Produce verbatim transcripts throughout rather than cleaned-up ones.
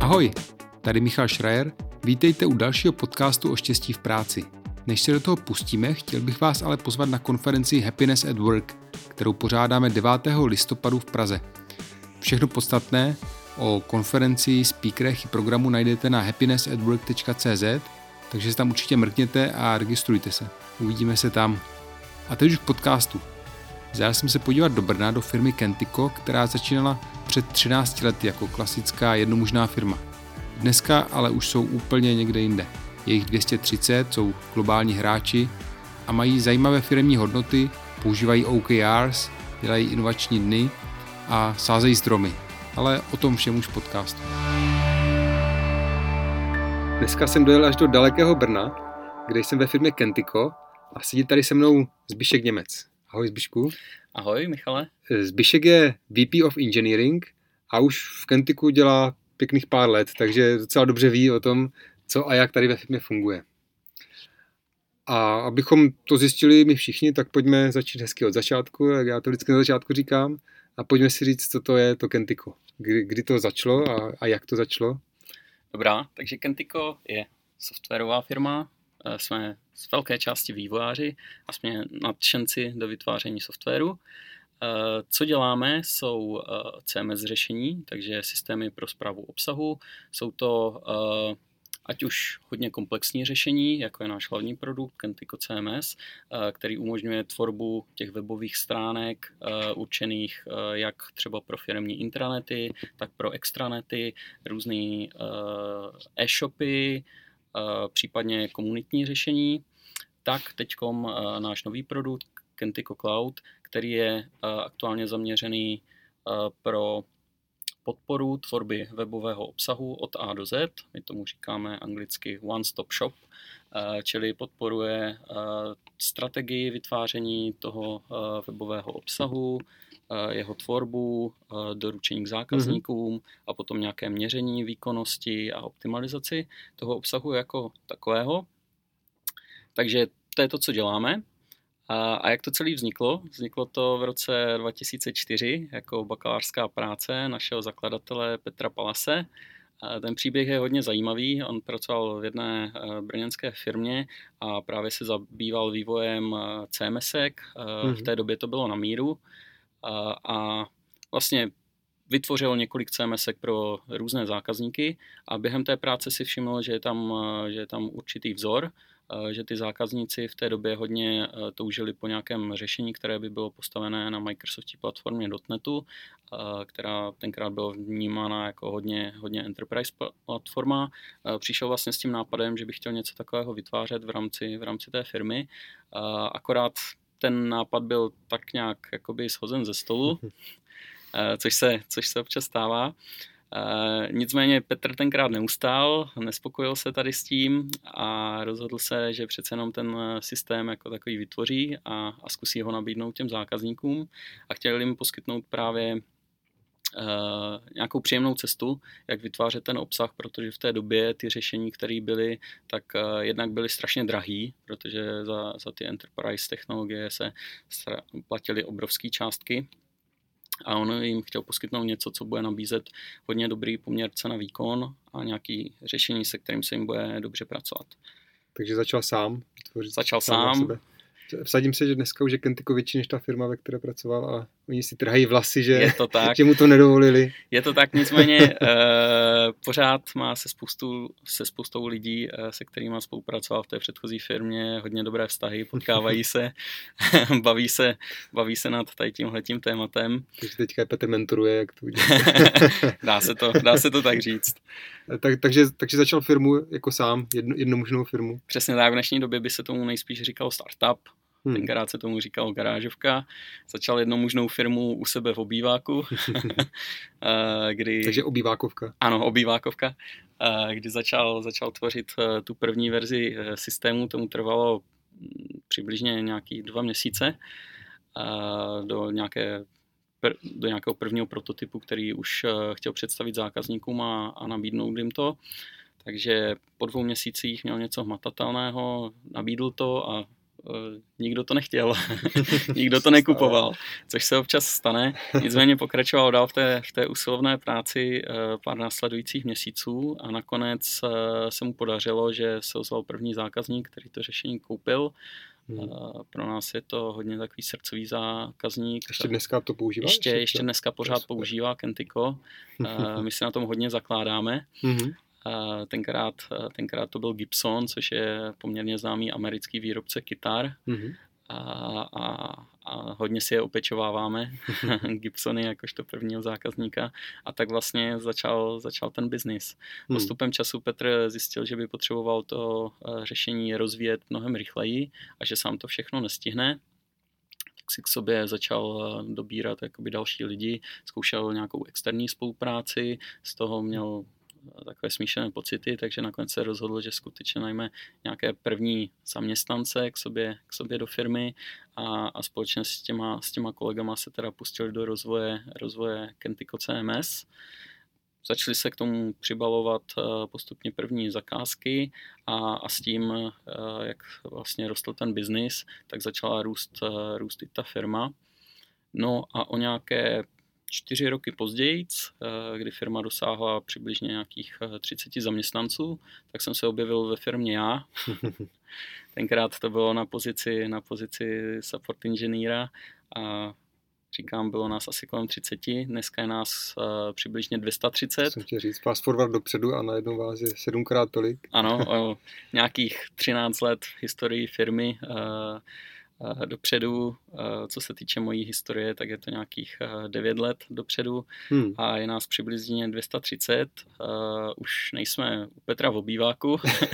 Ahoj, tady Michal Schreier, vítejte u dalšího podcastu o štěstí v práci. Než se do toho pustíme, chtěl bych vás ale pozvat na konferenci Happiness at Work, kterou pořádáme devátého listopadu v Praze. Všechno podstatné o konferenci, speakerech i programu najdete na happiness at work tečka cé zet, takže se tam určitě mrkněte a registrujte se. Uvidíme se tam. A teď už k podcastu. Zajel jsem se podívat do Brna do firmy Kentyco, která začínala před třinácti lety jako klasická jednomužná firma. Dneska ale už jsou úplně někde jinde. Je jich dvě stě třicet, jsou globální hráči a mají zajímavé firemní hodnoty, používají O K Rs, dělají inovační dny a sázejí stromy. Ale o tom všem už v podcastu. Dneska jsem dojel až do dalekého Brna, kde jsem ve firmě Kentyco a sedí tady se mnou Zbyšek Němec. Ahoj Zbyšku. Ahoj Michale. Zbyšek je V P of Engineering a už v Kentycu dělá pěkných pár let, takže docela dobře ví o tom, co a jak tady ve firmě funguje. A abychom to zjistili my všichni, tak pojďme začít hezky od začátku, jak já to vždycky na začátku říkám, a pojďme si říct, co to je to Kentyco. Kdy, kdy to začalo a, a jak to začalo? Dobrá, takže Kentyco je softwarová firma, jsme z velké části vývojáři a jsme nadšenci do vytváření softwaru. Co děláme, jsou C M S řešení, takže systémy pro správu obsahu. Jsou to ať už hodně komplexní řešení, jako je náš hlavní produkt Kentyco C M S, který umožňuje tvorbu těch webových stránek určených jak třeba pro firemní intranety, tak pro extranety, různé e-shopy, případně komunitní řešení. Tak teďkom náš nový produkt Kentyco Cloud, který je aktuálně zaměřený pro podporu tvorby webového obsahu od A do Z. My tomu říkáme anglicky One Stop Shop, čili podporuje strategii vytváření toho webového obsahu, jeho tvorbu, doručení k zákazníkům mm-hmm. a potom nějaké měření výkonnosti a optimalizaci toho obsahu jako takového. Takže to je to, co děláme. A jak to celé vzniklo? Vzniklo to v roce dva tisíce čtyři jako bakalářská práce našeho zakladatele Petra Palase. Ten příběh je hodně zajímavý. On pracoval v jedné brněnské firmě a právě se zabýval vývojem C M S ek. V té době to bylo na míru. A vlastně vytvořil několik C M S ek pro různé zákazníky a během té práce si všiml, že je tam, že je tam určitý vzor, že ty zákazníci v té době hodně toužili po nějakém řešení, které by bylo postavené na Microsoftí platformě .dot netu, která tenkrát byla vnímána jako hodně, hodně enterprise platforma. Přišel vlastně s tím nápadem, že by chtěl něco takového vytvářet v rámci, v rámci té firmy, akorát ten nápad byl tak nějak jakoby shozen ze stolu, což se, což se občas stává. Uh, nicméně Petr tenkrát neustál, nespokojil se tady s tím a rozhodl se, že přece jenom ten systém jako takový vytvoří a, a zkusí ho nabídnout těm zákazníkům a chtěli jim poskytnout právě uh, nějakou příjemnou cestu, jak vytvářet ten obsah, protože v té době ty řešení, které byly, tak uh, jednak byly strašně drahý, protože za, za ty enterprise technologie se platily obrovské částky. A on jim chtěl poskytnout něco, co bude nabízet hodně dobrý poměr cena výkon a nějaké řešení, se kterým se jim bude dobře pracovat. Takže začal sám vytvořit. Začal sám. sám. Vsadím se, že dneska už je Kentyco větší než ta firma, ve které pracoval a oni si trhají vlasy, že, je to tak. že mu to nedovolili. Je to tak, nicméně eh, pořád má se, spoustu, se spoustou lidí, eh, se kterými spolupracoval v té předchozí firmě, hodně dobré vztahy, potkávají se, baví se, baví se nad tady tímhletím tématem. Takže teďka je Petr mentoruje, jak to udělat. dá, se to, dá se to tak říct. tak, takže, takže začal firmu jako sám, jedno, jednomužnou firmu. Přesně tak, v dnešní době by se tomu nejspíš říkalo startup. Hmm. Tenkrát se tomu říkalo garážovka. Začal jednomužnou firmu u sebe v obýváku. kdy... Takže obývákovka. Ano, obývákovka. Kdy začal, začal tvořit tu první verzi systému, tomu trvalo přibližně nějaký dva měsíce do, nějaké, do nějakého prvního prototypu, který už chtěl představit zákazníkům a, a nabídnout jim to. Takže po dvou měsících měl něco hmatatelného, nabídl to a nikdo to nechtěl, nikdo to nekupoval, což se občas stane. Nicméně pokračoval dál v té, v té usilovné práci pár následujících měsíců a nakonec se mu podařilo, že se ozval první zákazník, který to řešení koupil. Hmm. Pro nás je to hodně takový srdcový zákazník. Ještě dneska to používá? Ještě, ještě dneska pořád používá Kentico. My si na tom hodně zakládáme. Hmm. Tenkrát, tenkrát to byl Gibson, což je poměrně známý americký výrobce kytar. Mm-hmm. A, a, a hodně si je opečováváme, Gibsony jakožto prvního zákazníka. A tak vlastně začal, začal ten biznis. Mm. Postupem času Petr zjistil, že by potřeboval to řešení rozvíjet mnohem rychleji a že sám to všechno nestihne. Tak si k sobě začal dobírat jakoby další lidi, zkoušel nějakou externí spolupráci, z toho měl takové smíšené pocity, takže nakonec se rozhodl, že skutečně najme nějaké první zaměstnance k sobě, k sobě do firmy a, a společně s těma, s těma kolegama se teda pustili do rozvoje, rozvoje Kentico C M S. Začali se k tomu přibalovat postupně první zakázky a, a s tím, jak vlastně rostl ten biznis, tak začala růst, růst i ta firma. No a o nějaké čtyři roky později, kdy firma dosáhla přibližně nějakých třicet zaměstnanců, tak jsem se objevil ve firmě já. Tenkrát to bylo na pozici, na pozici support inženýra a říkám, bylo nás asi kolem třicet, dneska je nás přibližně dvě stě třicet. Jsem chtěl říct, fast forward dopředu a najednou vás je sedmkrát tolik. Ano, o nějakých třináct let v historii firmy dopředu, co se týče mojí historie, tak je to nějakých devět let dopředu hmm. a je nás přibližně dvě stě třicet. Uh, už nejsme u Petra v obýváku.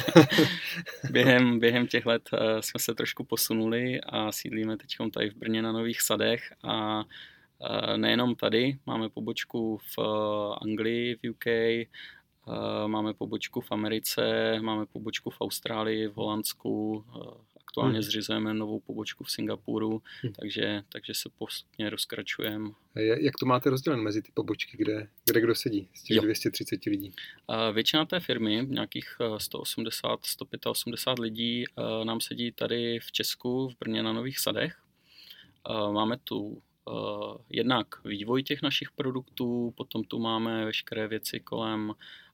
během, během těch let uh, jsme se trošku posunuli a sídlíme teď tady v Brně na Nových Sadech a uh, nejenom tady, máme pobočku v uh, Anglii, v U K, uh, máme pobočku v Americe, máme pobočku v Austrálii, v Holandsku, uh, aktuálně hmm. zřizujeme novou pobočku v Singapuru, hmm. takže, takže se postupně rozkračujeme. Jak to máte rozdělen mezi ty pobočky, kde, kde kdo sedí z těch jo. dvě stě třicet lidí? Většina té firmy, nějakých sto osmdesát až sto osmdesát pět lidí, nám sedí tady v Česku, v Brně na Nových Sadech. Máme tu jednak vývoj těch našich produktů, potom tu máme veškeré věci kolem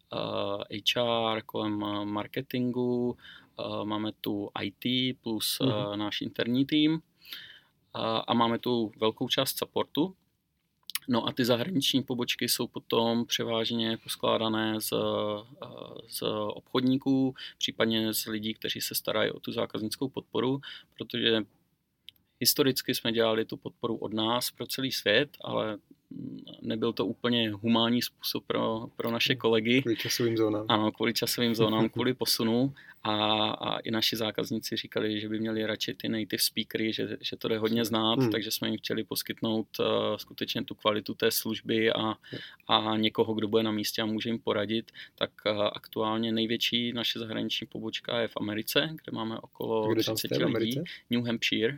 H R, kolem marketingu, máme tu I T plus mm. náš interní tým a máme tu velkou část supportu. No a ty zahraniční pobočky jsou potom převážně poskládané z, z obchodníků, případně z lidí, kteří se starají o tu zákaznickou podporu, protože historicky jsme dělali tu podporu od nás pro celý svět, ale nebyl to úplně humánní způsob pro, pro naše kolegy. Kvůli časovým zónám. Ano, kvůli časovým zónám, kvůli posunu. A, a i naši zákazníci říkali, že by měli radši ty native speakery, že, že to jde hodně znát, hmm. takže jsme jim chtěli poskytnout uh, skutečně tu kvalitu té služby a, a někoho, kdo bude na místě a může jim poradit. Tak uh, aktuálně největší naše zahraniční pobočka je v Americe, kde máme okolo třicet lidí. New Hampshire.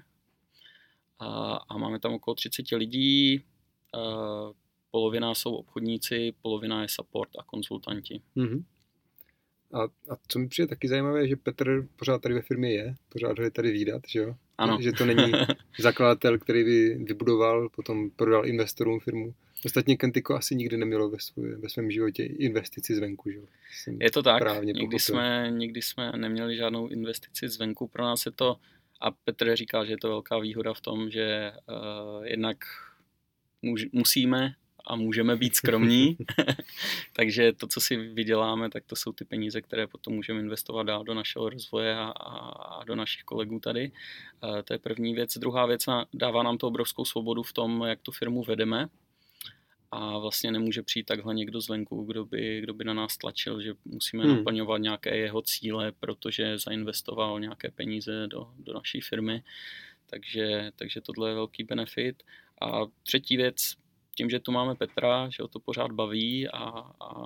A, a máme tam okolo třicet lidí. Uh, polovina jsou obchodníci, polovina je support a konzultanti. Mm-hmm. A, a co mi přijde taky zajímavé, že Petr pořád tady ve firmě je, pořád ho je tady vídat, že jo? Ano. Že to není zakladatel, který by vybudoval, potom prodal investorům firmu. Ostatně Kentico asi nikdy nemělo ve, svůj, ve svém životě investici zvenku, že jo? Je to tak, nikdy jsme, nikdy jsme neměli žádnou investici zvenku, pro nás je to, a Petr říká, že je to velká výhoda v tom, že uh, jednak Můž, musíme a můžeme být skromní, takže to, co si vyděláme, tak to jsou ty peníze, které potom můžeme investovat dál do našeho rozvoje a, a do našich kolegů tady. E, to je první věc. Druhá věc, dává nám to obrovskou svobodu v tom, jak tu firmu vedeme a vlastně nemůže přijít takhle někdo zvenku, kdo by, kdo by na nás tlačil, že musíme hmm. naplňovat nějaké jeho cíle, protože zainvestoval nějaké peníze do, do naší firmy. Takže, takže tohle je velký benefit. A třetí věc, tím, že tu máme Petra, že ho to pořád baví a, a, a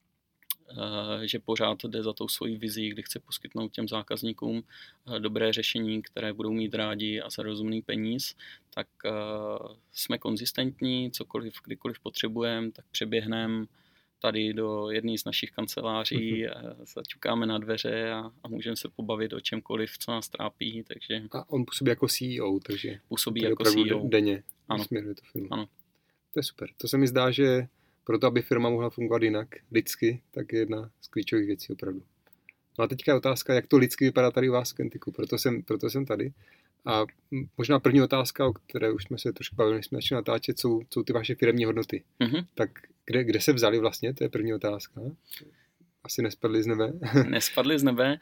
že pořád jde za tou svojí vizí, kdy chce poskytnout těm zákazníkům dobré řešení, které budou mít rádi a za rozumný peníz, tak uh, jsme konzistentní, cokoliv, kdykoliv potřebujeme, tak přeběhneme, tady do jedné z našich kanceláří, zaťukáme na dveře a, a můžeme se pobavit o čemkoliv, co nás trápí. Takže a on působí jako C E O, takže působí jako C E O. denně. Ano. To, firmu. Ano. To je super. To se mi zdá, že proto, aby firma mohla fungovat jinak, lidsky, tak je jedna z klíčových věcí opravdu. No a teďka je otázka, jak to lidsky vypadá tady u vás v Kenticku, proto jsem, proto jsem tady. A možná první otázka, o které už jsme se trošku bavili, než jsme začali natáčet, jsou, jsou ty vaše firemní hodnoty. Mm-hmm. Tak kde, kde se vzali vlastně, to je první otázka. Asi nespadly z nebe. Nespadly z nebe.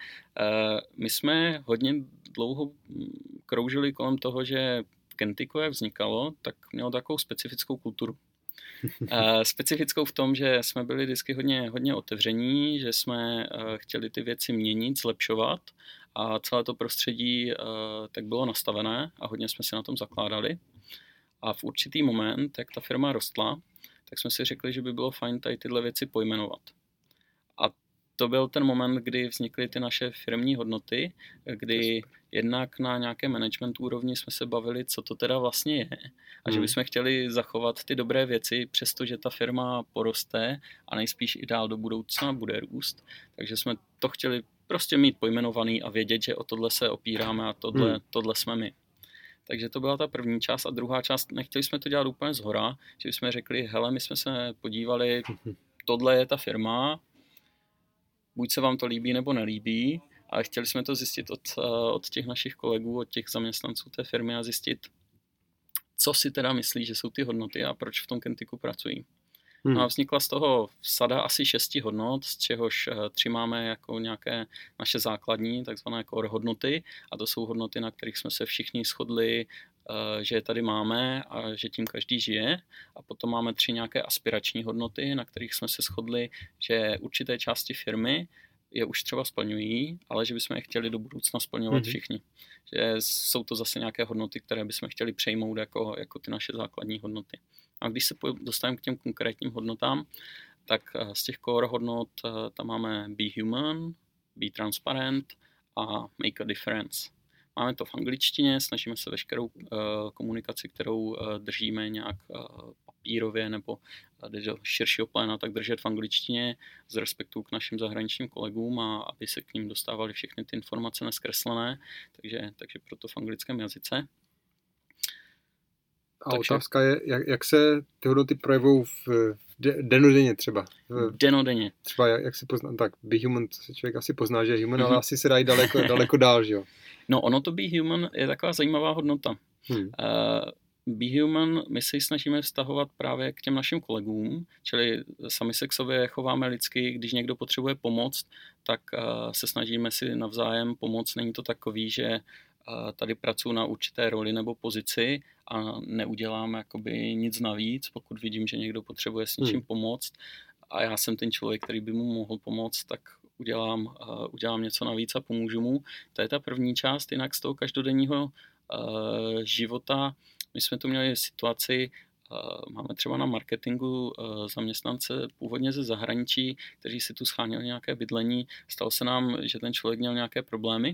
My jsme hodně dlouho kroužili kolem toho, že Kenticko, jak vznikalo, tak mělo takovou specifickou kulturu. Specifickou v tom, že jsme byli vždycky hodně, hodně otevření, že jsme chtěli ty věci měnit, zlepšovat a celé to prostředí tak bylo nastavené a hodně jsme si na tom zakládali. A v určitý moment, jak ta firma rostla, tak jsme si řekli, že by bylo fajn tady tyhle věci pojmenovat. A to byl ten moment, kdy vznikly ty naše firemní hodnoty, kdy jednak na nějaké management úrovni jsme se bavili, co to teda vlastně je a hmm. že bychom chtěli zachovat ty dobré věci, přestože ta firma poroste a nejspíš i dál do budoucna bude růst. Takže jsme to chtěli prostě mít pojmenovaný a vědět, že o tohle se opíráme a tohle, hmm. tohle jsme my. Takže to byla ta první část a druhá část, nechtěli jsme to dělat úplně zhora, že jsme řekli, hele, my jsme se podívali, tohle je ta firma, buď se vám to líbí nebo nelíbí, ale chtěli jsme to zjistit od, od těch našich kolegů, od těch zaměstnanců té firmy a zjistit, co si teda myslí, že jsou ty hodnoty a proč v tom Kenticku pracují. Hmm. No a vznikla z toho sada asi šesti hodnot, z čehož tři máme jako nějaké naše základní, takzvané core hodnoty a to jsou hodnoty, na kterých jsme se všichni shodli, že je tady máme a že tím každý žije. A potom máme tři nějaké aspirační hodnoty, na kterých jsme se shodli, že určité části firmy je už třeba splňují, ale že bychom je chtěli do budoucna splňovat mm-hmm. všichni. Že jsou to zase nějaké hodnoty, které bychom chtěli přejmout jako, jako ty naše základní hodnoty. A když se dostaneme k těm konkrétním hodnotám, tak z těch core hodnot tam máme be human, be transparent a make a difference. Máme to v angličtině, snažíme se veškerou uh, komunikaci, kterou uh, držíme nějak uh, papírově nebo uh, do širšího pléna, tak držet v angličtině z respektu k našim zahraničním kolegům a aby se k ním dostávaly všechny ty informace neskreslené, takže, takže proto v anglickém jazyce. A takže otázka je, jak, jak se ty hodnoty projevují v, v denodenně třeba. V, denodenně. Třeba jak, jak se pozná, tak be human, se člověk asi pozná, že je human, mm-hmm. ale asi se dají daleko, daleko dál, že jo? No ono to be human je taková zajímavá hodnota. Hmm. Uh, be human my se snažíme vztahovat právě k těm našim kolegům, čili sami se k sobě chováme lidsky, když někdo potřebuje pomoc, tak uh, se snažíme si navzájem pomoct. Není to takový, že uh, tady pracuji na určité roli nebo pozici a neudělám jakoby nic navíc, pokud vidím, že někdo potřebuje s něčím hmm. pomoct a já jsem ten člověk, který by mu mohl pomoct, tak udělám, uh, udělám něco navíc a pomůžu mu. To je ta první část, jinak z toho každodenního uh, života. My jsme tu měli situaci, uh, máme třeba na marketingu uh, zaměstnance původně ze zahraničí, kteří si tu scháněli nějaké bydlení. Stalo se nám, že ten člověk měl nějaké problémy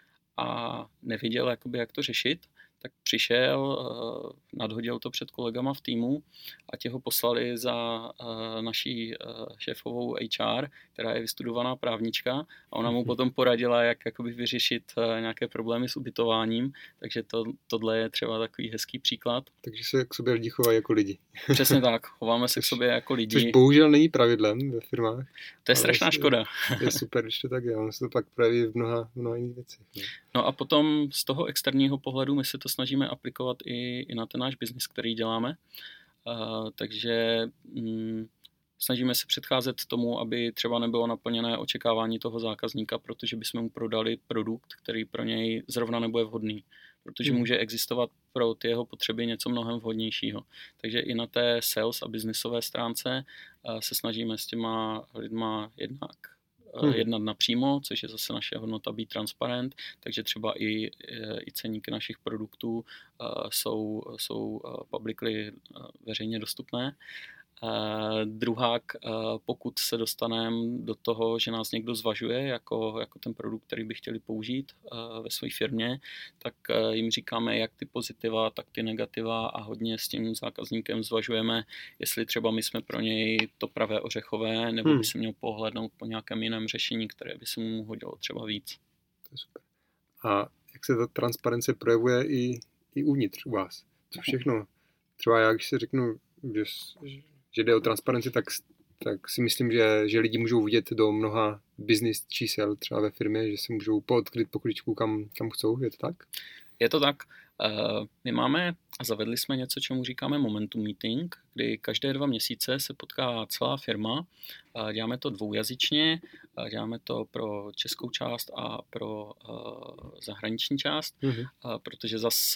a nevěděl, jakoby, jak to řešit. Tak přišel, nadhodil to před kolegama v týmu a ti ho poslali za naší šéfovou H R, která je vystudovaná právnička a ona mu potom poradila, jak jakoby vyřešit nějaké problémy s ubytováním, takže to, tohle je třeba takový hezký příklad. Takže se k sobě lidi chovají jako lidi. Přesně tak, chováme se což, k sobě jako lidi. Což bohužel není pravidlem ve firmách. To je strašná škoda. Je super, když to tak je, ono se to pak projeví v mnoha, mnoha jiných věcech. Ne? No a potom z toho externího pohledu my se to snažíme aplikovat i, i na ten náš biznis, který děláme. Uh, takže mm, snažíme se předcházet tomu, aby třeba nebylo naplněné očekávání toho zákazníka, protože bychom mu prodali produkt, který pro něj zrovna nebude vhodný. Protože hmm. může existovat pro ty jeho potřeby něco mnohem vhodnějšího. Takže i na té sales a biznisové stránce uh, se snažíme s těma lidma jednak Hmm. jednat napřímo, což je zase naše hodnota být transparent, takže třeba i, i ceníky našich produktů uh, jsou, jsou uh, publicly uh, veřejně dostupné. Uh, druhák, uh, pokud se dostaneme do toho, že nás někdo zvažuje jako, jako ten produkt, který by chtěli použít uh, ve své firmě, tak uh, jim říkáme jak ty pozitiva, tak ty negativa a hodně s tím zákazníkem zvažujeme, jestli třeba my jsme pro něj to pravé ořechové, nebo hmm. by se měl pohlednout po nějakém jiném řešení, které by se mu hodilo třeba víc. To je super. A jak se ta transparence projevuje i, i uvnitř u vás? Co všechno? Třeba já, když si řeknu, že, že jde o transparenci, tak, tak si myslím, že, že lidi můžou vidět do mnoha business čísel třeba ve firmě, že si můžou poodkryt pokličku kam, kam chcou. Je to tak? Je to tak. My máme a zavedli jsme něco, čemu říkáme Momentum Meeting, kdy každé dva měsíce se potká celá firma. Děláme to dvoujazyčně, děláme to pro českou část a pro zahraniční část, mm-hmm. protože zas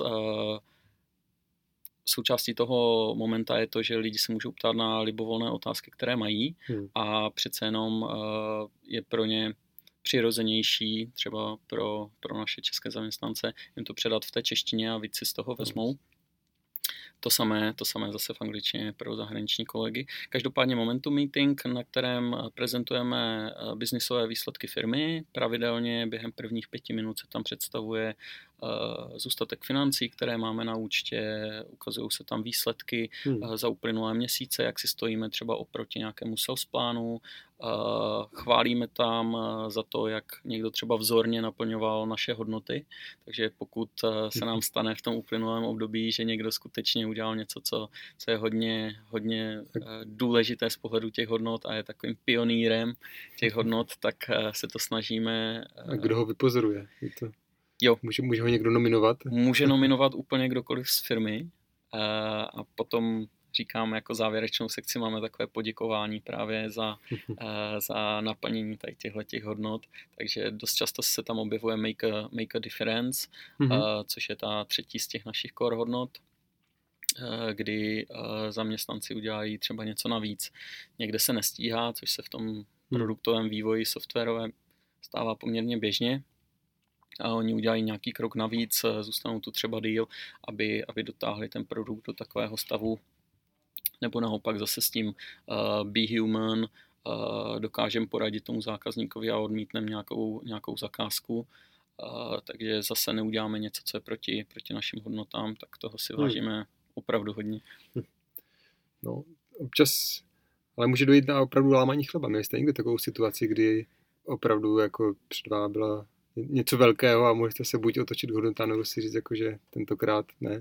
součástí toho momenta je to, že lidi se můžou ptát na libovolné otázky, které mají mm. a přece jenom je pro ně přirozenější třeba pro, pro naše české zaměstnance jim to předat v té češtině a víc si z toho vezmou. To samé, to samé zase v angličtině pro zahraniční kolegy. Každopádně Momentum Meeting, na kterém prezentujeme biznisové výsledky firmy. Pravidelně během prvních pěti minut se tam představuje uh, zůstatek financí, které máme na účtě, ukazují se tam výsledky hmm. uh, za uplynulé měsíce, jak si stojíme třeba oproti nějakému sales plánu. Uh, chválíme tam uh, za to, jak někdo třeba vzorně naplňoval naše hodnoty, takže pokud uh, se nám stane v tom uplynulém období, že někdo skutečně udělal něco, co, co je hodně, hodně uh, důležité z pohledu těch hodnot a je takovým pionýrem těch hodnot, tak uh, se to snažíme. Uh, a kdo ho vypozoruje? Je to... Jo. Může, může ho někdo nominovat? Může nominovat úplně kdokoliv z firmy uh, a potom říkám, jako závěrečnou sekci máme takové poděkování právě za, uh, za naplnění tady těchto hodnot, takže dost často se tam objevuje make a, make a difference, mm-hmm. uh, což je ta třetí z těch našich core hodnot, uh, kdy uh, zaměstnanci udělají třeba něco navíc. Někde se nestíhá, což se v tom produktovém vývoji softwarovém stává poměrně běžně, a oni udělají nějaký krok navíc, zůstanou tu třeba díl, aby, aby dotáhli ten produkt do takového stavu, nebo naopak zase s tím uh, be human, uh, dokážeme poradit tomu zákazníkovi a odmítneme nějakou, nějakou zakázku, uh, takže zase neuděláme něco, co je proti, proti našim hodnotám, tak toho si vážíme hmm. opravdu hodně. No, občas, ale může dojít na opravdu lámání chleba. Měli jste někdy takovou situaci, kdy opravdu jako před vámi byla něco velkého a můžete se buď otočit k hodnotám, nebo si říct, jako, že tentokrát ne.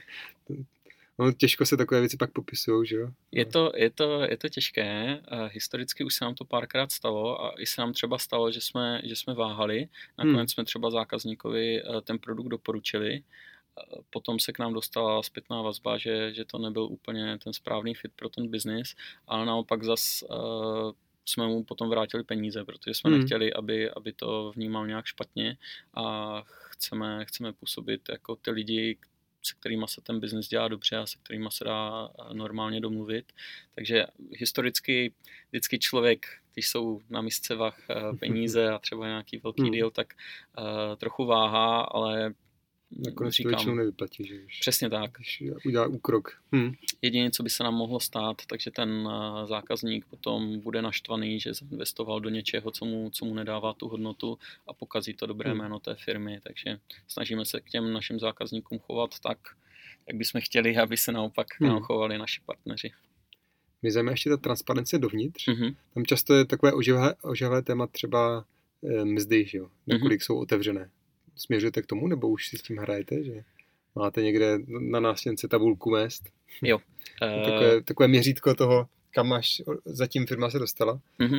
No, těžko se takové věci pak popisují, že jo? Je to, je to, je to těžké. Historicky už se nám to párkrát stalo a i se nám třeba stalo, že jsme, že jsme váhali. Nakonec hmm. jsme třeba zákazníkovi ten produkt doporučili. Potom se k nám dostala zpětná vazba, že, že to nebyl úplně ten správný fit pro ten biznis, ale naopak zas uh, jsme mu potom vrátili peníze, protože jsme hmm. nechtěli, aby, aby to vnímal nějak špatně a chceme, chceme působit jako ty lidi, se kterými se ten biznis dělá dobře a se kterými se dá normálně domluvit. Takže historicky vždycky člověk, když jsou na misce vah peníze a třeba nějaký velký hmm. deal, tak uh, trochu váhá, ale nakonec říkám, to většinou nevyplatí, že už. Přesně tak. Když udělá úkrok. Hmm. Jediné, co by se nám mohlo stát, takže ten zákazník potom bude naštvaný, že investoval do něčeho, co mu, co mu nedává tu hodnotu a pokazí to dobré hmm. jméno té firmy. Takže snažíme se k těm našim zákazníkům chovat tak, jak bychom chtěli, aby se naopak hmm. nám chovali naši partneři. Mě zajímá ještě ta transparence dovnitř. Mm-hmm. Tam často je takové oživé, oživé téma třeba e, mzdy, že jo? Nakolik mm-hmm. jsou otevřené. Směřujete k tomu, nebo už si s tím hrajete, že máte někde na nástěnce tabulku mezd? Jo. Uh... takové, takové měřítko toho, kam až zatím firma se dostala? Uh-huh. Uh,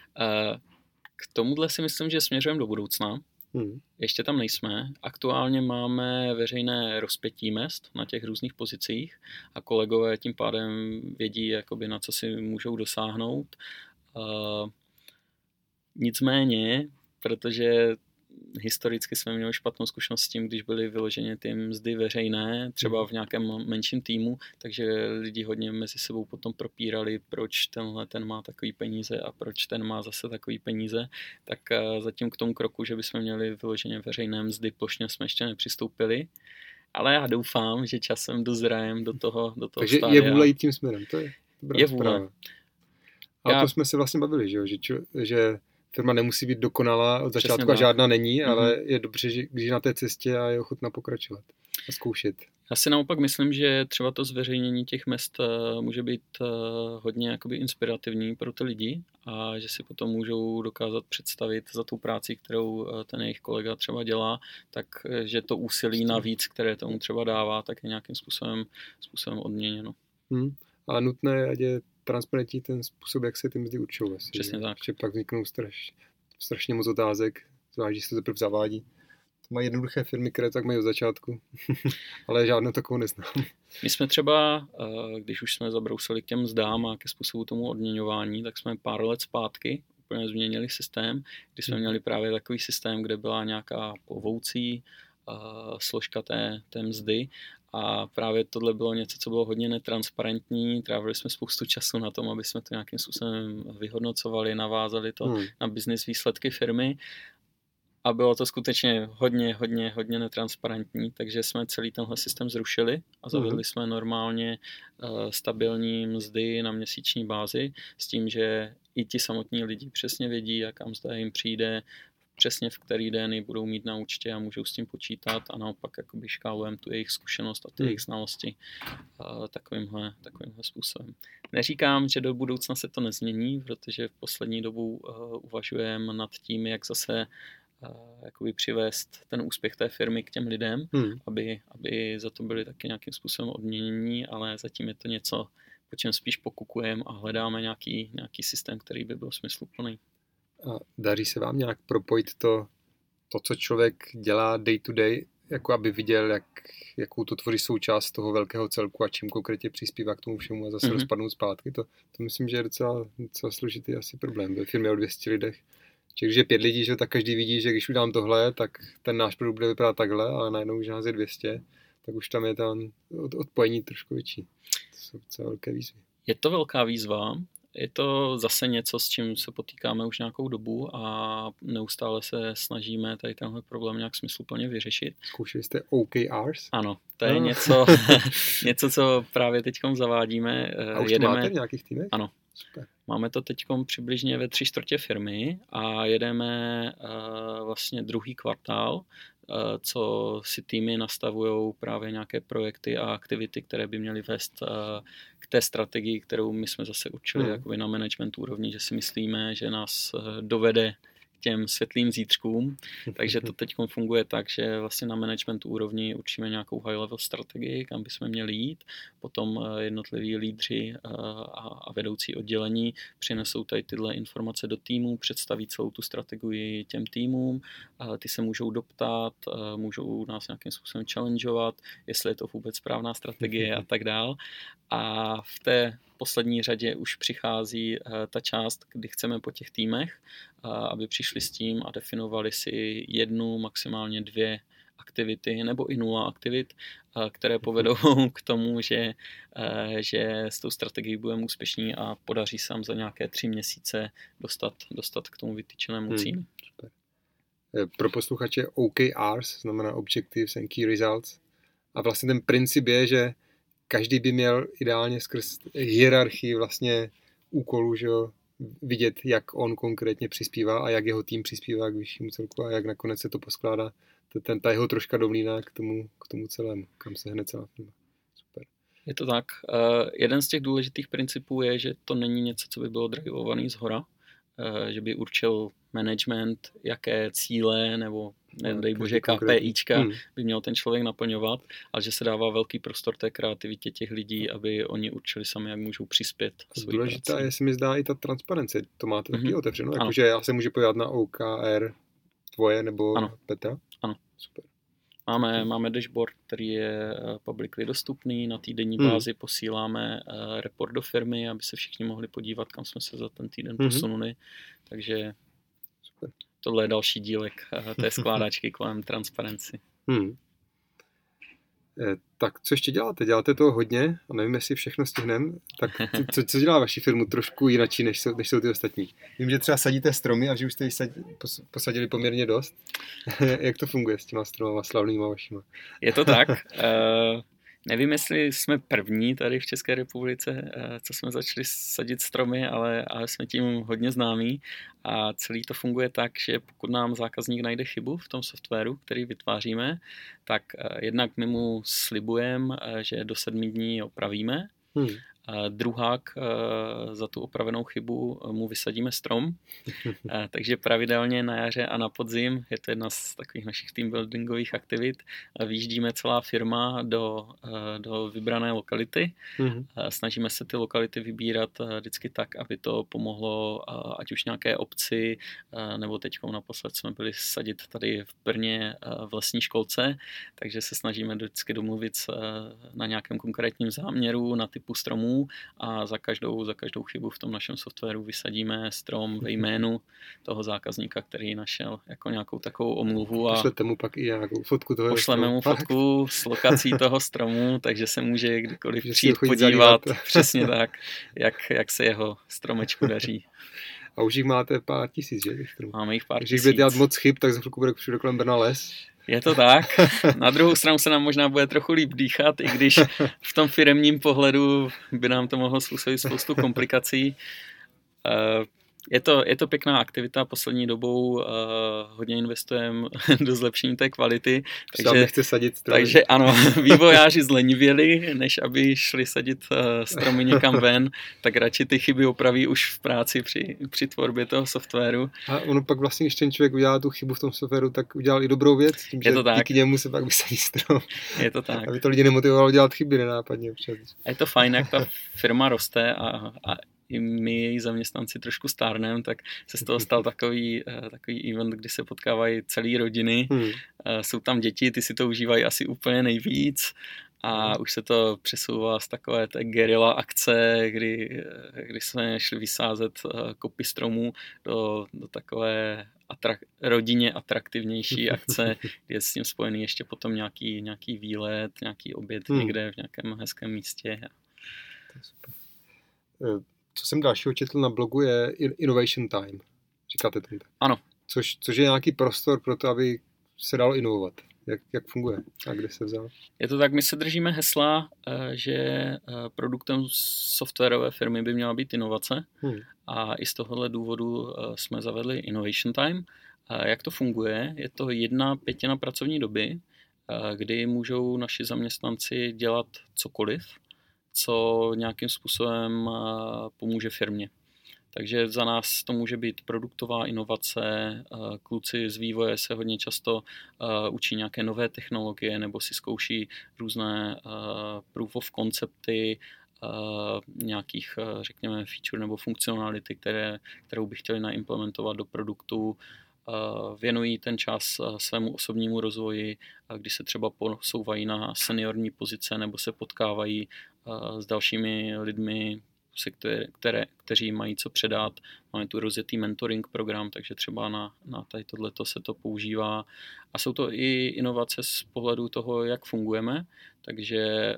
k tomuhle si myslím, že směřujeme do budoucna. Uh-huh. Ještě tam nejsme. Aktuálně máme veřejné rozpětí mezd na těch různých pozicích a kolegové tím pádem vědí, jakoby, na co si můžou dosáhnout. Uh, nicméně, protože historicky jsme měli špatnou zkušenost s tím, když byly vyloženě ty mzdy veřejné, třeba v nějakém menším týmu, takže lidi hodně mezi sebou potom propírali, proč tenhle ten má takový peníze a proč ten má zase takový peníze. Tak zatím k tomu kroku, že bychom měli vyloženě veřejné mzdy plošně, jsme ještě nepřistoupili. Ale já doufám, že časem dozrajem do toho, do toho takže stádia. je vůle jít tím směrem, to je. dobrá je zpráva. vůle. A Já... to jsme se vlastně bavili, že, jo? že, čo, že firma nemusí být dokonalá od začátku a tak. žádná není, mm-hmm. ale je dobře, že když je na té cestě a je ochotná pokračovat a zkoušet. Já si naopak myslím, že třeba to zveřejnění těch mest může být hodně jakoby inspirativní pro ty lidi a že si potom můžou dokázat představit za tu práci, kterou ten jejich kolega třeba dělá, tak že to úsilí navíc, které tomu třeba dává, tak je nějakým způsobem, způsobem odměněno. Hmm. A nutné je, ať je transparentní ten způsob, jak se ty mzdy určují. Vlastně, Přesně že? tak. Že pak vzniknou straš, strašně moc otázek, zvlášť, že se to teprve zavádí. To mají jednoduché firmy, které tak mají od začátku, ale žádnou takovou neznám. My jsme třeba, když už jsme zabrousili k těm mzdám a ke způsobu tomu odměňování, tak jsme pár let zpátky úplně změnili systém, kdy jsme měli právě takový systém, kde byla nějaká plovoucí složka té, té mzdy. A právě tohle bylo něco, co bylo hodně netransparentní. Trávili jsme spoustu času na tom, aby jsme to nějakým způsobem vyhodnocovali, navázali to hmm. na business výsledky firmy. A bylo to skutečně hodně, hodně, hodně netransparentní, takže jsme celý tenhle systém zrušili a zavedli hmm. jsme normálně uh, stabilní mzdy na měsíční bázi s tím, že i ti samotní lidi přesně vědí, jaká mzda jim přijde, přesně v který den ji budou mít na účtě a můžou s tím počítat a naopak jakoby škálujeme tu jejich zkušenost a ty hmm. jejich znalosti uh, takovýmhle, takovýmhle způsobem. Neříkám, že do budoucna se to nezmění, protože v poslední dobu uh, uvažujeme nad tím, jak zase uh, jakoby přivést ten úspěch té firmy k těm lidem, hmm. aby, aby za to byli taky nějakým způsobem odměnění, ale zatím je to něco, po čem spíš pokukujeme a hledáme nějaký, nějaký systém, který by byl smysluplný. A daří se vám nějak propojit to, to, co člověk dělá day to day, jako aby viděl, jak, jakou to tvoří součást toho velkého celku a čím konkrétně přispívá k tomu všemu a zase mm-hmm. rozpadnout zpátky. To, to myslím, že je docela, docela složitý asi problém. Ve firmě o dvě stě lidech. Když je pět lidí, že tak každý vidí, že když udělám tohle, tak ten náš produkt bude vypadat takhle, ale najednou, když nás je dvě stě, tak už tam je tam odpojení trošku větší. To jsou docela velké výzvy. Je to velká výzva. Je to zase něco, s čím se potýkáme už nějakou dobu a neustále se snažíme tady tenhle problém nějak smysluplně vyřešit. Zkoušeli jste O K Rs? Ano, to je no. něco, něco, co právě teďkom zavádíme. A už jedeme... to máte v nějakých týmech? Ano. Super. Máme to teďkom přibližně ve tři čtvrtě firmy a jedeme uh, vlastně druhý kvartál, uh, co si týmy nastavují právě nějaké projekty a aktivity, které by měly vést uh, k té strategii, kterou my jsme zase určili mm. jakoby na management úrovni, že si myslíme, že nás uh, dovede těm světlým zítřkům, takže to teď funguje tak, že vlastně na management úrovni určíme nějakou high level strategii, kam bychom měli jít, potom jednotliví lídři a vedoucí oddělení přinesou tady tyhle informace do týmu, představí celou tu strategii těm týmům, ty se můžou doptat, můžou nás nějakým způsobem challengeovat, jestli je to vůbec správná strategie a tak dál. A v té poslední řadě už přichází ta část, kdy chceme po těch týmech, aby přišli s tím a definovali si jednu, maximálně dvě aktivity nebo i nula aktivit, které povedou k tomu, že, že s tou strategií budeme úspěšní a podaří se nám za nějaké tři měsíce dostat, dostat k tomu vytyčenému hmm, cíli. Super. Pro posluchače O K Rs znamená Objectives and Key Results a vlastně ten princip je, že každý by měl ideálně skrz hierarchii vlastně úkolů, že jo, vidět, jak on konkrétně přispívá a jak jeho tým přispívá k vyššímu celku a jak nakonec se to poskládá, ten, ta jeho troška dovlíná k tomu, k tomu celému, kam se hne celá firma. Super. Je to tak. Uh, jeden z těch důležitých principů je, že to není něco, co by bylo drivovaný zhora, uh, že by určil management, jaké cíle nebo nedej bože KPIčka hmm. by měl ten člověk naplňovat, ale že se dává velký prostor té kreativitě těch lidí, aby oni určili sami, jak můžou přispět. Důležitá je, se mi zdá, i ta transparence. To máte taky mm-hmm. otevřeno? Jakože já se můžu podívat na O K R tvoje nebo ano. Petra? Ano. Super. Máme, máme dashboard, který je publicly dostupný, na týdenní hmm. bázi posíláme report do firmy, aby se všichni mohli podívat, kam jsme se za ten týden hmm. posunuli. Takže super. Tohle je další dílek té skládačky kolem transparenci. Hmm. E, tak co ještě děláte? Děláte toho hodně a nevím, jestli všechno stihneme. Tak co, co dělá vaši firmu trošku jinačí, než jsou, než jsou ty ostatní? Vím, že třeba sadíte stromy a že už jste jich posadili poměrně dost. Jak to funguje s těma stromama slavnýma vašima? Je to tak. Nevím, jestli jsme první tady v České republice, co jsme začali sadit stromy, ale, ale jsme tím hodně známí a celý to funguje tak, že pokud nám zákazník najde chybu v tom softwaru, který vytváříme, tak jednak my mu slibujeme, že do sedmi dní opravíme. Hmm. Druhák za tu opravenou chybu mu vysadíme strom, takže pravidelně na jaře a na podzim, je to jedna z takových našich team buildingových aktivit, vyjíždíme celá firma do, do vybrané lokality. Mm-hmm. Snažíme se ty lokality vybírat vždycky tak, aby to pomohlo ať už nějaké obci, nebo teď naposled jsme byli sadit tady v Brně v lesní školce, takže se snažíme vždycky domluvit na nějakém konkrétním záměru, na typu stromů, a za každou, za každou chybu v tom našem softwaru vysadíme strom ve jménu toho zákazníka, který našel jako nějakou takovou omluvu. A pošlete mu pak i nějakou fotku toho pošleme stromu. mu fotku s lokací toho stromu, takže se může kdykoliv přijít podívat přesně tak, jak, jak se jeho stromečku daří. A už jich máte pár tisíc, že? Máme jich pár Když tisíc. Když budete dělat moc chyb, tak za chvilku bude všude kolem Brna les. Je to tak. Na druhou stranu se nám možná bude trochu líp dýchat, i když v tom firemním pohledu by nám to mohlo způsobit spoustu komplikací. Je to, je to pěkná aktivita, poslední dobou uh, hodně investujeme do zlepšení té kvality. Takže, nechce sadit stromy. Takže ano, vývojáři zlenivěli, než aby šli sadit uh, stromy někam ven, tak radši ty chyby opraví už v práci při, při tvorbě toho softwaru. A ono pak vlastně, když ten člověk udělá tu chybu v tom softwaru, tak udělal i dobrou věc, tím, je že to tak. díky němu se pak vysadí strom. Je to tak. Aby to lidi nemotivovalo dělat chyby nenápadně občas. A je to fajn, jak ta firma roste a, a i my, její zaměstnanci, trošku stárnem, tak se z toho stal takový, takový event, kdy se potkávají celé rodiny. Hmm. Jsou tam děti, ty si to užívají asi úplně nejvíc a už se to přesouvá z takové té guerilla akce, kdy, kdy jsme šli vysázet kopy stromů do, do takové atrak- rodině atraktivnější akce, kde je s tím spojený ještě potom nějaký, nějaký výlet, nějaký oběd hmm. někde v nějakém hezkém místě. To je super. Co jsem dalšího četl na blogu je Innovation Time. Říkáte tomu tak? Ano. Což, což je nějaký prostor pro to, aby se dalo inovovat. Jak, jak funguje a kde se vzal? Je to tak, my se držíme hesla, že produktem softwarové firmy by měla být inovace hmm. a i z tohohle důvodu jsme zavedli Innovation Time. Jak to funguje? Je to jedna pětina pracovní doby, kdy můžou naši zaměstnanci dělat cokoliv, co nějakým způsobem pomůže firmě. Takže za nás to může být produktová inovace, kluci z vývoje se hodně často učí nějaké nové technologie nebo si zkouší různé proof of koncepty, nějakých, řekněme, feature nebo funkcionality, které, kterou by chtěli naimplementovat do produktu. Věnují ten čas svému osobnímu rozvoji, kdy se třeba posouvají na seniorní pozice nebo se potkávají s dalšími lidmi, se které, které, kteří mají co předat. Máme tu rozjetý mentoring program, takže třeba na, na tady tohleto se to používá. A jsou to i inovace z pohledu toho, jak fungujeme, takže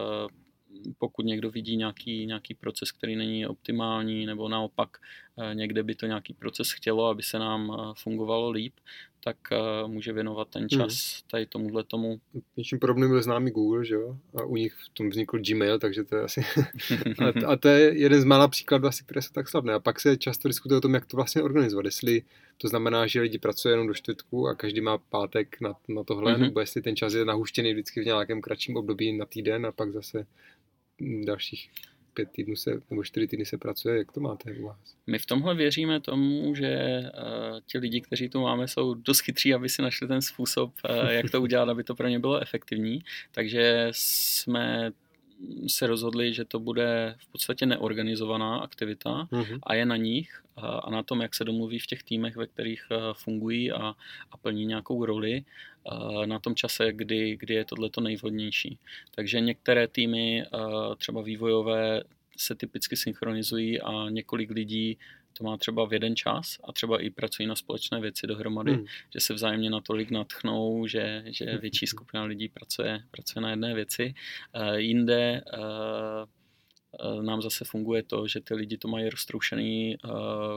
pokud někdo vidí nějaký, nějaký proces, který není optimální, nebo naopak někde by to nějaký proces chtělo, aby se nám fungovalo líp, tak může věnovat ten čas tady tomuhle tomu. Něčím podobným byl známý Google, že jo? A u nich v tom vznikl Gmail, takže to je asi... a, a to je jeden z mála příkladů asi, které jsou tak slavné. A pak se často diskutuje o tom, jak to vlastně organizovat. Jestli to znamená, že lidi pracují jenom do čtvrtku a každý má pátek na, na tohle, mm-hmm. nebo jestli ten čas je nahuštěný vždycky v nějakém kratším období na týden a pak zase dalších pět týdnů se, nebo čtyři týdny se pracuje. Jak to máte u vás? My v tomhle věříme tomu, že uh, ti lidi, kteří tu máme, jsou dost chytří, aby si našli ten způsob, uh, jak to udělat, aby to pro ně bylo efektivní. Takže jsme se rozhodli, že to bude v podstatě neorganizovaná aktivita mm-hmm. a je na nich a, a na tom, jak se domluví v těch týmech, ve kterých uh, fungují a, a plní nějakou roli, uh, na tom čase, kdy, kdy je tohleto nejvhodnější. Takže některé týmy, uh, třeba vývojové, se typicky synchronizují a několik lidí to má třeba v jeden čas a třeba i pracují na společné věci dohromady, hmm. že se vzájemně natolik natchnou, že, že větší skupina lidí pracuje, pracuje na jedné věci. Uh, jinde uh, uh, nám zase funguje to, že ty lidi to mají roztroušený uh,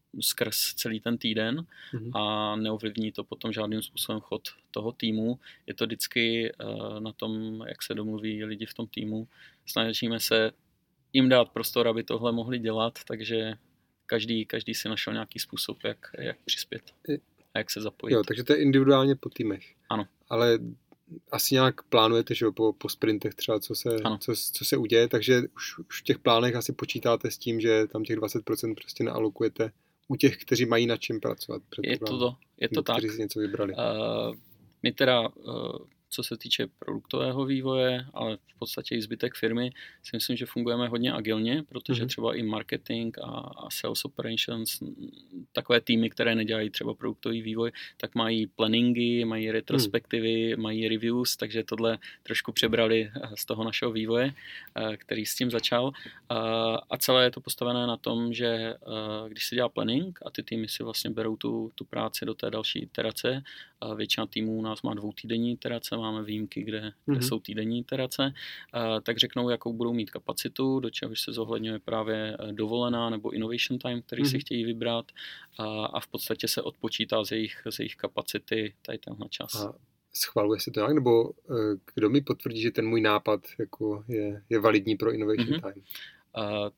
skrz celý ten týden mm-hmm. a neovlivní to potom žádným způsobem chod toho týmu. Je to vždycky uh, na tom, jak se domluví lidi v tom týmu. Snažíme se jim dát prostor, aby tohle mohli dělat, takže každý, každý si našel nějaký způsob, jak, jak přispět a jak se zapojit. Jo, takže to je individuálně po týmech. Ano. Ale asi nějak plánujete, že jo, po, po sprintech třeba, co se, co, co se uděje, takže už, už v těch plánech asi počítáte s tím, že tam těch dvacet procent prostě naalokujete u těch, kteří mají nad čím pracovat. Je to, to, je to tak. Kteří si něco vybrali. Uh, my teda, uh, co se týče produktového vývoje, ale v podstatě i zbytek firmy, si myslím, že fungujeme hodně agilně, protože mm-hmm. třeba i marketing a, a sales operations, takové týmy, které nedělají třeba produktový vývoj, tak mají planningy, mají retrospektivy, mm. mají reviews, takže tohle trošku přebrali z toho našeho vývoje, který s tím začal. A celé je to postavené na tom, že když se dělá planning a ty týmy si vlastně berou tu, tu práci do té další iterace, většina týmů u nás má dvoutýdenní iterace, máme výjimky, kde, mm-hmm. kde jsou týdenní iterace, tak řeknou, jakou budou mít kapacitu, do čehož se zohledňuje právě dovolená nebo innovation time, který mm-hmm. si chtějí vybrat a, a v podstatě se odpočítá z jejich, z jejich kapacity tady tenhle čas. A schvaluje se to nějak, nebo kdo mi potvrdí, že ten můj nápad jako je, je validní pro innovation mm-hmm. time? Uh,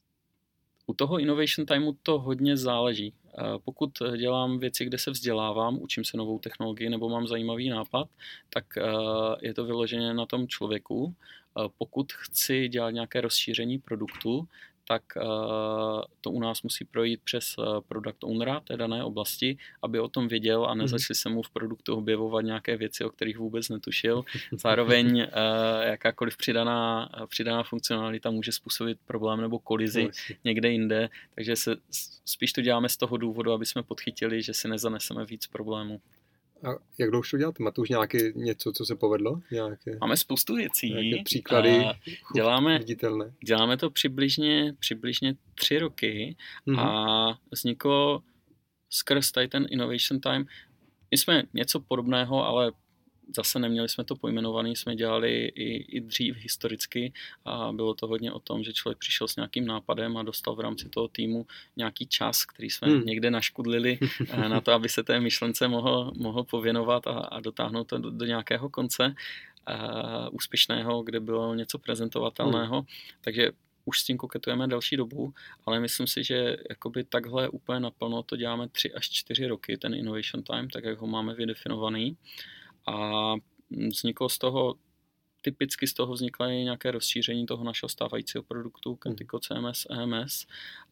U toho innovation timeu to hodně záleží. Pokud dělám věci, kde se vzdělávám, učím se novou technologii nebo mám zajímavý nápad, tak je to vyloženě na tom člověku. Pokud chci dělat nějaké rozšíření produktu, tak to u nás musí projít přes product ownera té dané oblasti, aby o tom věděl a nezačali se mu v produktu objevovat nějaké věci, o kterých vůbec netušil. Zároveň jakákoliv přidaná, přidaná funkcionalita může způsobit problém nebo kolizi někde jinde, takže se, spíš to děláme z toho důvodu, aby jsme podchytili, že si nezaneseme víc problémů. A jak dlouho to děláte? Máte už nějaké něco, co se povedlo? Nějaké, Máme spoustu věcí. Nějaké příklady děláme, viditelné? Děláme to přibližně, přibližně tři roky mm-hmm. a vzniklo skrz tady ten innovation time. My jsme něco podobného, ale zase neměli jsme to pojmenovaný, jsme dělali i, i dřív historicky a bylo to hodně o tom, že člověk přišel s nějakým nápadem a dostal v rámci toho týmu nějaký čas, který jsme hmm. někde naškudlili na to, aby se té myšlence mohl, mohl pověnovat a, a dotáhnout to do, do nějakého konce a, úspěšného, kde bylo něco prezentovatelného. Hmm. Takže už s tím koketujeme další dobu, ale myslím si, že jakoby takhle úplně naplno to děláme tři až čtyři roky, ten innovation time, tak jak ho máme vydefinovaný. A vzniklo z toho, typicky z toho vzniklo i nějaké rozšíření toho našeho stávajícího produktu Kentico C M S, E M S.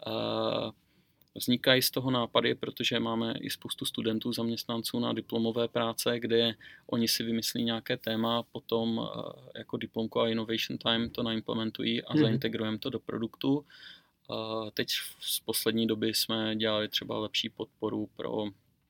Vznikají z toho nápady, protože máme i spoustu studentů, zaměstnanců na diplomové práce, kde oni si vymyslí nějaké téma, potom jako diplomku a innovation time to naimplementují a mm. zaintegrujeme to do produktu. Teď z poslední doby jsme dělali třeba lepší podporu pro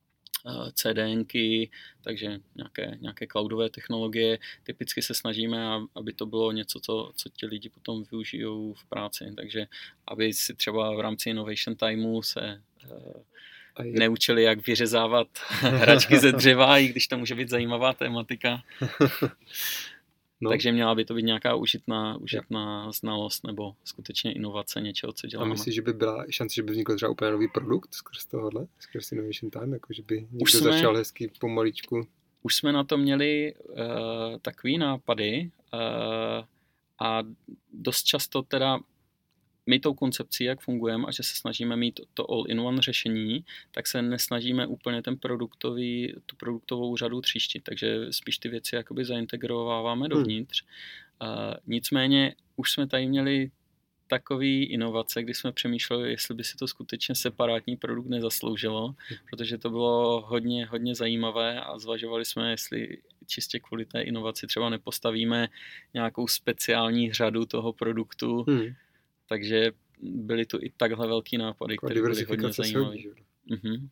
CDNky, takže nějaké, nějaké cloudové technologie. Typicky se snažíme, aby to bylo něco, co, co ti lidi potom využijou v práci. Takže aby si třeba v rámci innovation timeu se uh, neučili, jak vyřezávat hračky ze dřeva, i když to může být zajímavá tematika. No. Takže měla by to být nějaká užitná, užitná znalost nebo skutečně inovace něčeho, co děláme. A myslíš, že by byla šance, že by vznikl třeba úplně nový produkt skrz tohohle, skrz Innovation Time, jako že by někdo jsme, začal hezky pomaličku? Už jsme na to měli uh, takový nápady uh, a dost často teda my tou koncepcí, jak fungujeme a že se snažíme mít to all-in-one řešení, tak se nesnažíme úplně ten produktový, tu produktovou řadu tříštit, takže spíš ty věci jakoby zaintegrováváme dovnitř. Hmm. Uh, nicméně už jsme tady měli takový inovace, kdy jsme přemýšleli, jestli by si to skutečně separátní produkt nezasloužilo, hmm. protože to bylo hodně, hodně zajímavé a zvažovali jsme, jestli čistě kvůli té inovaci třeba nepostavíme nějakou speciální řadu toho produktu, hmm. Takže byly tu i takhle velký nápady, které byly hodně zajímavé. Mm-hmm.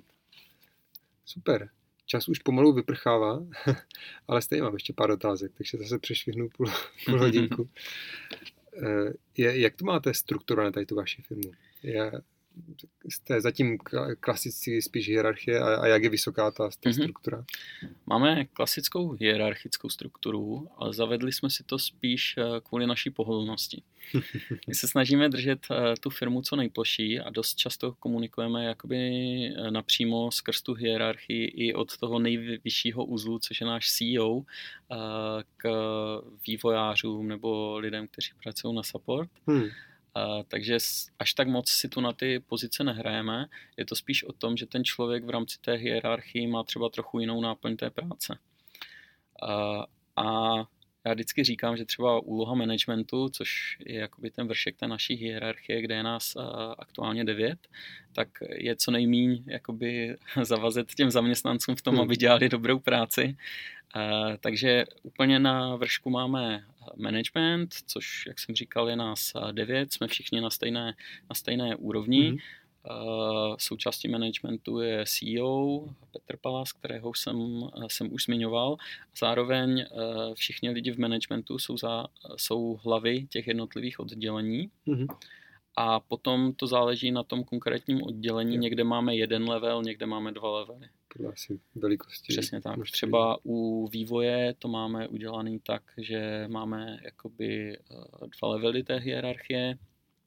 Super. Čas už pomalu vyprchává, ale stejně mám ještě pár otázek, takže zase přešvihnu půl, půl hodinku. Je, jak to máte strukturované tady tu vaši firmu? Je, jste zatím klasicky spíš hierarchie a, a jak je vysoká ta, ta mm-hmm. struktura? Máme klasickou hierarchickou strukturu, ale zavedli jsme si to spíš kvůli naší pohodlnosti. My se snažíme držet tu firmu co nejploší a dost často komunikujeme jakoby napřímo skrz tu hierarchii i od toho nejvyššího uzlu, což je náš C E O, k vývojářům nebo lidem, kteří pracují na support. Hmm. Uh, takže až tak moc si tu na ty pozice nehrajeme. Je to spíš o tom, že ten člověk v rámci té hierarchii má třeba trochu jinou náplň té práce. Uh, a já vždycky říkám, že třeba úloha managementu, což je jakoby ten vršek té naší hierarchie, kde je nás uh, aktuálně devět, tak je co nejmíň jakoby zavazet těm zaměstnancům v tom, aby dělali dobrou práci. Uh, takže úplně na vršku máme management, což, jak jsem říkal, je nás devět, jsme všichni na stejné, na stejné úrovni. Mm-hmm. Uh, součástí managementu je C E O Petr Palas, kterého jsem, jsem už zmiňoval. Zároveň uh, všichni lidi v managementu jsou, za, jsou hlavy těch jednotlivých oddělení. Mm-hmm. A potom to záleží na tom konkrétním oddělení. Někde máme jeden level, někde máme dva levely. Podle asi velikosti. Přesně tak. Třeba u vývoje to máme udělaný tak, že máme jakoby dva levely té hierarchie,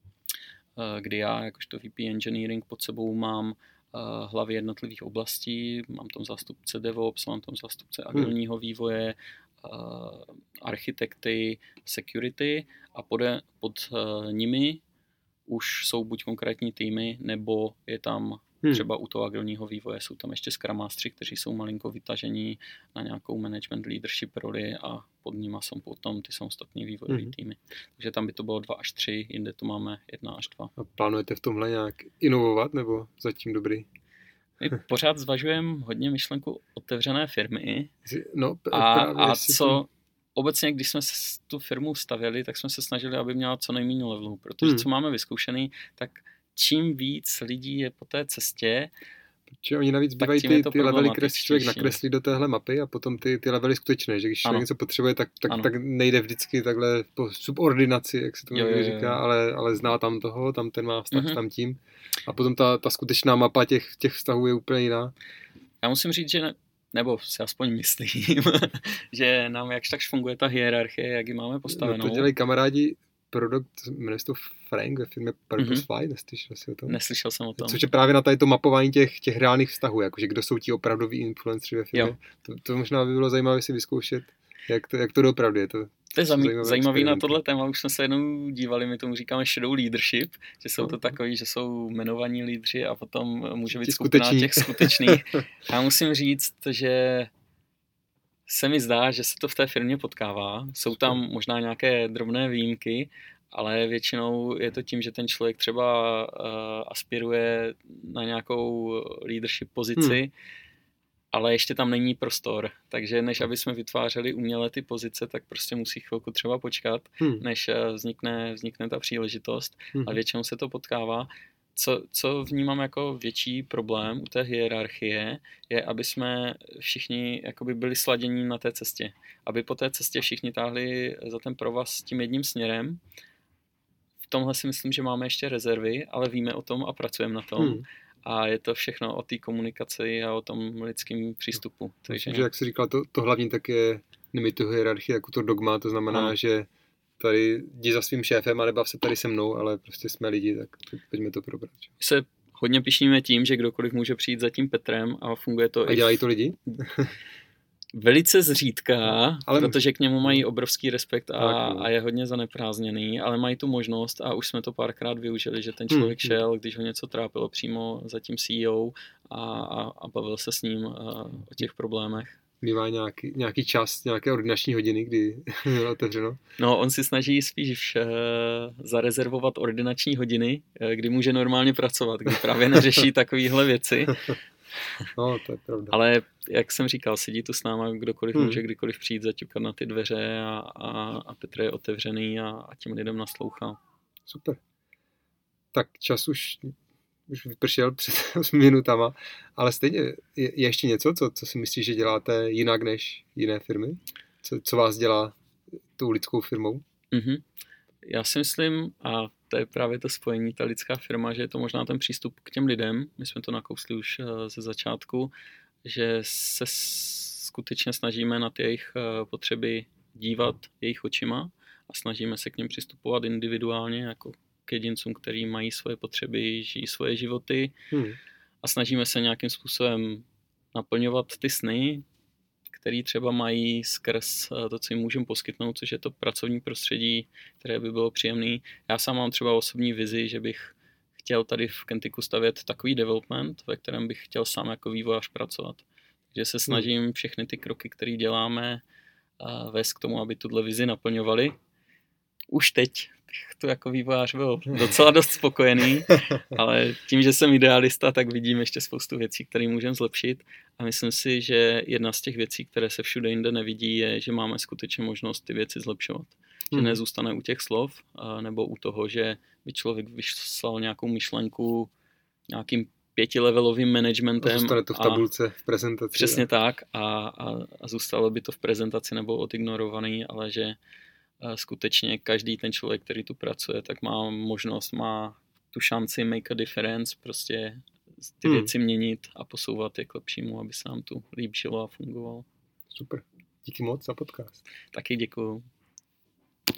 kdy já jakožto V P Engineering pod sebou mám hlavy jednotlivých oblastí, mám tam zástupce DevOps, mám tam zástupce agilního vývoje, architekty, security a pod, pod nimi už jsou buď konkrétní týmy, nebo je tam hmm. třeba u toho agilního vývoje jsou tam ještě Scrum Mastery, kteří jsou malinko vytažení na nějakou management leadership roli a pod nima jsou potom ty samostatní vývojové hmm. týmy. Takže tam by to bylo dva až tři, jinde to máme jedna až dva. A plánujete v tomhle nějak inovovat, nebo zatím dobrý? My pořád zvažujeme hodně myšlenku otevřené firmy. No, p- a, a co... Obecně, když jsme se tu firmu stavěli, tak jsme se snažili, aby měla co nejméně levelů, protože hmm. co máme vyzkoušený, tak čím víc lidí je po té cestě, protože oni navíc bývají ty, ty levely, které si člověk nakreslí do téhle mapy a potom ty, ty levely skutečné, že když člověk něco potřebuje, tak, tak, tak nejde vždycky takhle po subordinaci, jak se to někdy říká, ale, ale zná tam toho, tam ten má vztah mm-hmm. s tam tím a potom ta, ta skutečná mapa těch, těch vztahů je úplně jiná. Já musím říct, že ne, nebo si aspoň myslím, že nám jakž takž funguje ta hierarchie, jak ji máme postavenou. No to dělají kamarádi, produkt, jmenuje se to Frank ve firmě Purposefly, mm-hmm. neslyšel jsi o tom? Neslyšel jsem o tom. Což je právě na tady to mapování těch, těch reálných vztahů, jakože kdo jsou ti opravdoví influenceři ve firmě. To, to možná by bylo zajímavé si vyzkoušet, jak to, jak to doopravdy je. To, to je zajímavé, zajímavý na tohle téma, už jsme se jednou dívali, my tomu říkáme shadow leadership, že jsou to takový, že jsou jmenovaní lídři a potom může být skupina těch skutečných. Já musím říct, že se mi zdá, že se to v té firmě potkává. Jsou tam možná nějaké drobné výjimky, ale většinou je to tím, že ten člověk třeba uh, aspiruje na nějakou leadership pozici, hmm. ale ještě tam není prostor. Takže než aby jsme vytvářeli uměle ty pozice, tak prostě musí chvilku třeba počkat, hmm. než vznikne, vznikne ta příležitost. Hmm. A většinou se to potkává. Co, co vnímám jako větší problém u té hierarchie, je, aby jsme všichni jakoby byli sladění na té cestě. Aby po té cestě všichni táhli za ten provaz tím jedním směrem. V tomhle si myslím, že máme ještě rezervy, ale víme o tom a pracujeme na tom. Hmm. A je to všechno o té komunikaci a o tom lidském přístupu. Takže že jak jsi říkal, to, to hlavní tak je nemít tu hierarchii jako to dogma, to znamená, no. že tady jdi za svým šéfem a nebav se tady se mnou, ale prostě jsme lidi, tak pojďme to probrat. My se hodně pyšníme tím, že kdokoliv může přijít za tím Petrem a funguje to. A dělají to lidi? Velice zřídka, ale... protože k němu mají obrovský respekt a, a je hodně zaneprázdněný, ale mají tu možnost a už jsme to párkrát využili, že ten člověk hmm. šel, když ho něco trápilo přímo za tím C E O a, a, a bavil se s ním a, o těch problémech. Mívá nějaký, nějaký čas, nějaké ordinační hodiny, kdy je otevřeno? No, on si snaží spíš uh, zarezervovat ordinační hodiny, kdy může normálně pracovat, kdy právě neřeší takovéhle věci. No, to je pravda. Ale jak jsem říkal, sedí tu s náma, kdokoliv hmm. může kdykoliv přijít, zaťukat na ty dveře a, a, a Petr je otevřený a, a těm lidem naslouchá. Super. Tak čas už, už vypršel před osmi minutama, ale stejně je, je ještě něco, co, co si myslíš, že děláte jinak než jiné firmy? Co, co vás dělá tou lidskou firmou? Mm-hmm. Já si myslím, a to je právě to spojení, ta lidská firma, že je to možná ten přístup k těm lidem. My jsme to nakousli už ze začátku, že se skutečně snažíme na ty jejich potřeby dívat jejich očima a snažíme se k nim přistupovat individuálně, jako k jedincům, který mají svoje potřeby, žijí svoje životy hmm. a snažíme se nějakým způsobem naplňovat ty sny, který třeba mají skrz to, co jim můžeme poskytnout, což je to pracovní prostředí, které by bylo příjemné. Já sám mám třeba osobní vizi, že bych chtěl tady v Kenticku stavět takový development, ve kterém bych chtěl sám jako vývojář pracovat. Takže se snažím všechny ty kroky, které děláme, vést k tomu, aby tuhle vizi naplňovali. Už teď bych to jako vývojář byl docela dost spokojený, ale tím, že jsem idealista, tak vidím ještě spoustu věcí, které můžeme zlepšit a myslím si, že jedna z těch věcí, které se všude jinde nevidí, je, že máme skutečně možnost ty věci zlepšovat. Že nezůstane u těch slov nebo u toho, že by člověk vyslal nějakou myšlenku nějakým pětilevelovým managementem. A zůstane to v tabulce, v prezentaci. Přesně a... tak a, a, a zůstalo by to v prezentaci nebo odignorovaný, ale že skutečně každý ten člověk, který tu pracuje, tak má možnost, má tu šanci make a difference, prostě ty hmm. věci měnit a posouvat je k lepšímu, aby se nám tu líp žilo a fungovalo. Super. Díky moc za podcast. Taky děkuju.